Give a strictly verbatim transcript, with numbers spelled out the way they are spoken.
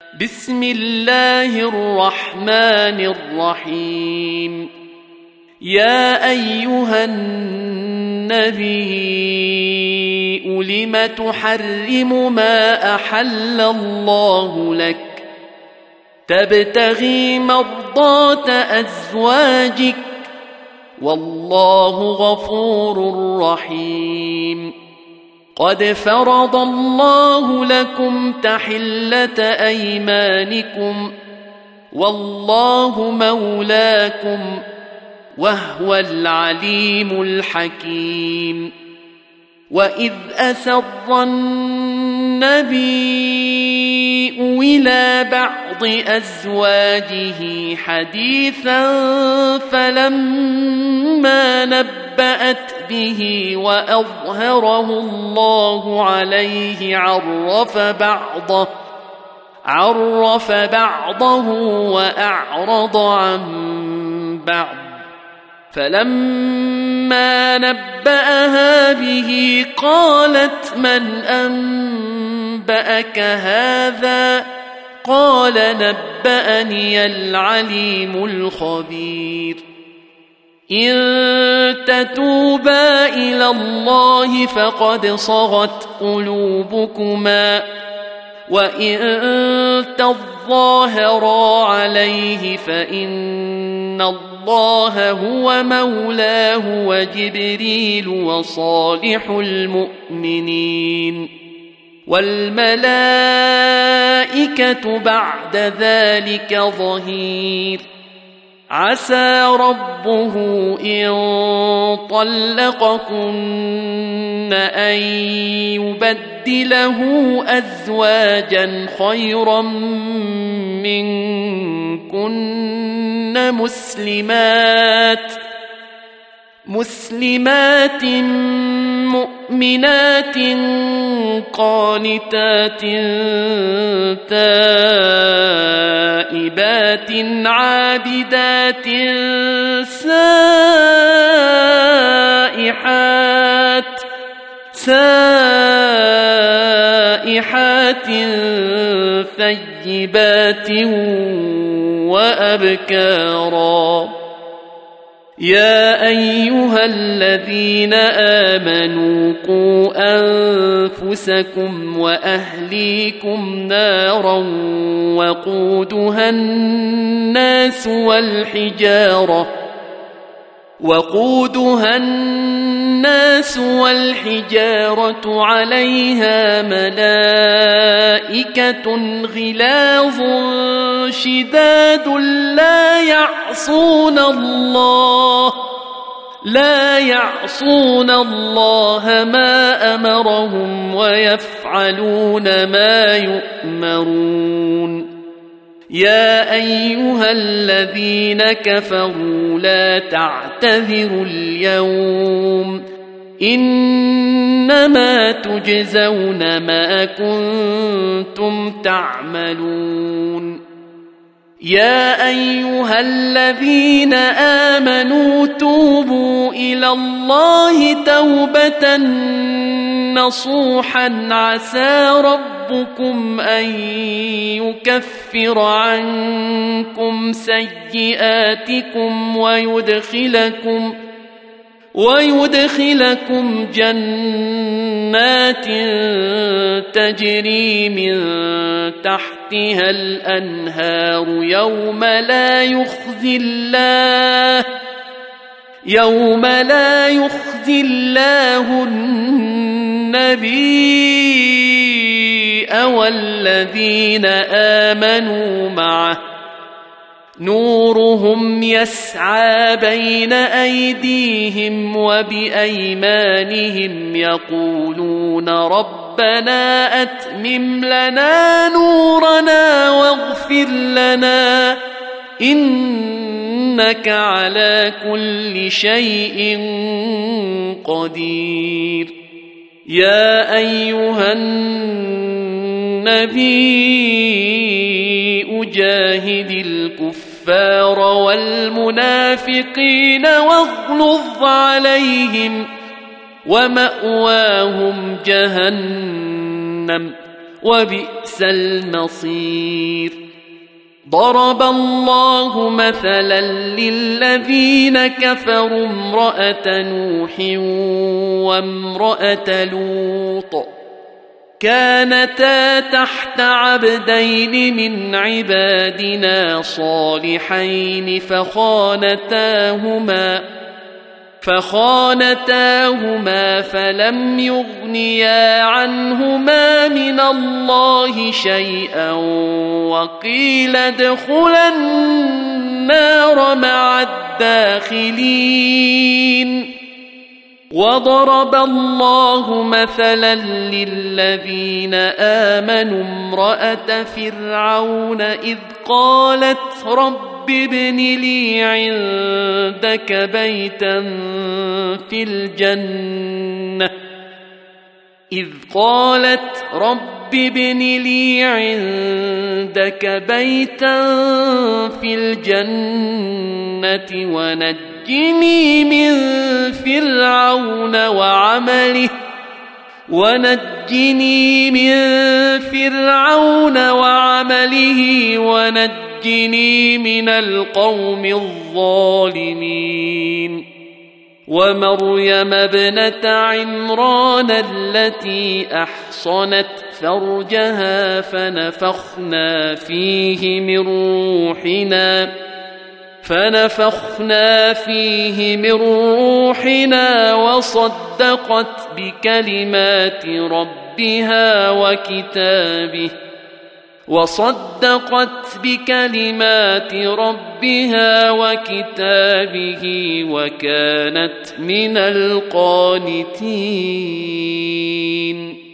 بسم الله الرحمن الرحيم. يا أيها النبي لم تحرم ما أحل الله لك تبتغي مرضات أزواجك والله غفور رحيم. قد فرض الله لكم تحلة أيمانكم والله مولاكم وهو العليم الحكيم. وإذ أسر النبي إلى بعض أزواجه حديثا فلما نبأت به وأظهره الله عليه عرف بعضه عرف بعضه وأعرض عن بعض. فلما نبأها به قالت من أنبأك هذا؟ قال نبأني العليم الخبير. إن تتوبا إلى الله فقد صغت قلوبكما وإن تظاهرا عليه فإن الله هو مولاه وجبريل وصالح المؤمنين والملائكة بعد ذلك ظهير. عسى ربه إن طلقكن أن يبدله أزواجا خيرا منكن مسلمات مسلمات مؤمنات قانتات تائبات عابدات سائحات سائحات ثيبات وأبكارا. يا أيها الذين آمنوا قوا أنفسكم وأهليكم نارا وقودها الناس والحجارة وقودها الناس والحجارة عليها ملائكة غلاظ شداد لا يعصون الله لا يعصون الله ما أمرهم ويفعلون ما يؤمرون. يا أيها الذين كفروا لا تعتذروا اليوم إنما تجزون ما كنتم تعملون. يا أيها الذين آمنوا توبوا إلى الله توبة نصوحا عسى ربكم أن يكفر عنكم سيئاتكم ويدخلكم ويدخلكم جنات تجري من تحتها الأنهار يوم لا يخزي الله يوم لا يخزي الله النبي والذين آمنوا معه نورهم يسعى بين أيديهم وبأيمانهم يقولون ربنا أتمم لنا نورنا واغفر لنا إنك على كل شيء قدير. يا أيها النبي جاهد الكفار والمنافقين واغلظ عليهم ومأواهم جهنم وبئس المصير. ضرب الله مثلا للذين كفروا امرأة نوح وامرأة لوط كانتا تحت عبدين من عبادنا صالحين فخانتاهما فخانتاهما فلم يغنيا عنهما من الله شيئا وقيل ادخلا النار مع الداخلين. وضرب الله مثلا للذين آمنوا امرأة فرعون إذ قالت رب ابن لي عندك بيتا في الجنة إذ قالت رب ابن لي عندك بيتا في الجنة ونجني من فرعون وعمله ونجني من فرعون وعمله ونجني من القوم الظالمين. ومريم ابنة عمران التي أحصنت فرجها فنفخنا فيه من روحنا فنفخنا فيه من روحنا وصدقت بكلمات ربها وكتابه وصدقت بكلمات ربها وكتابه وكانت من القانتين.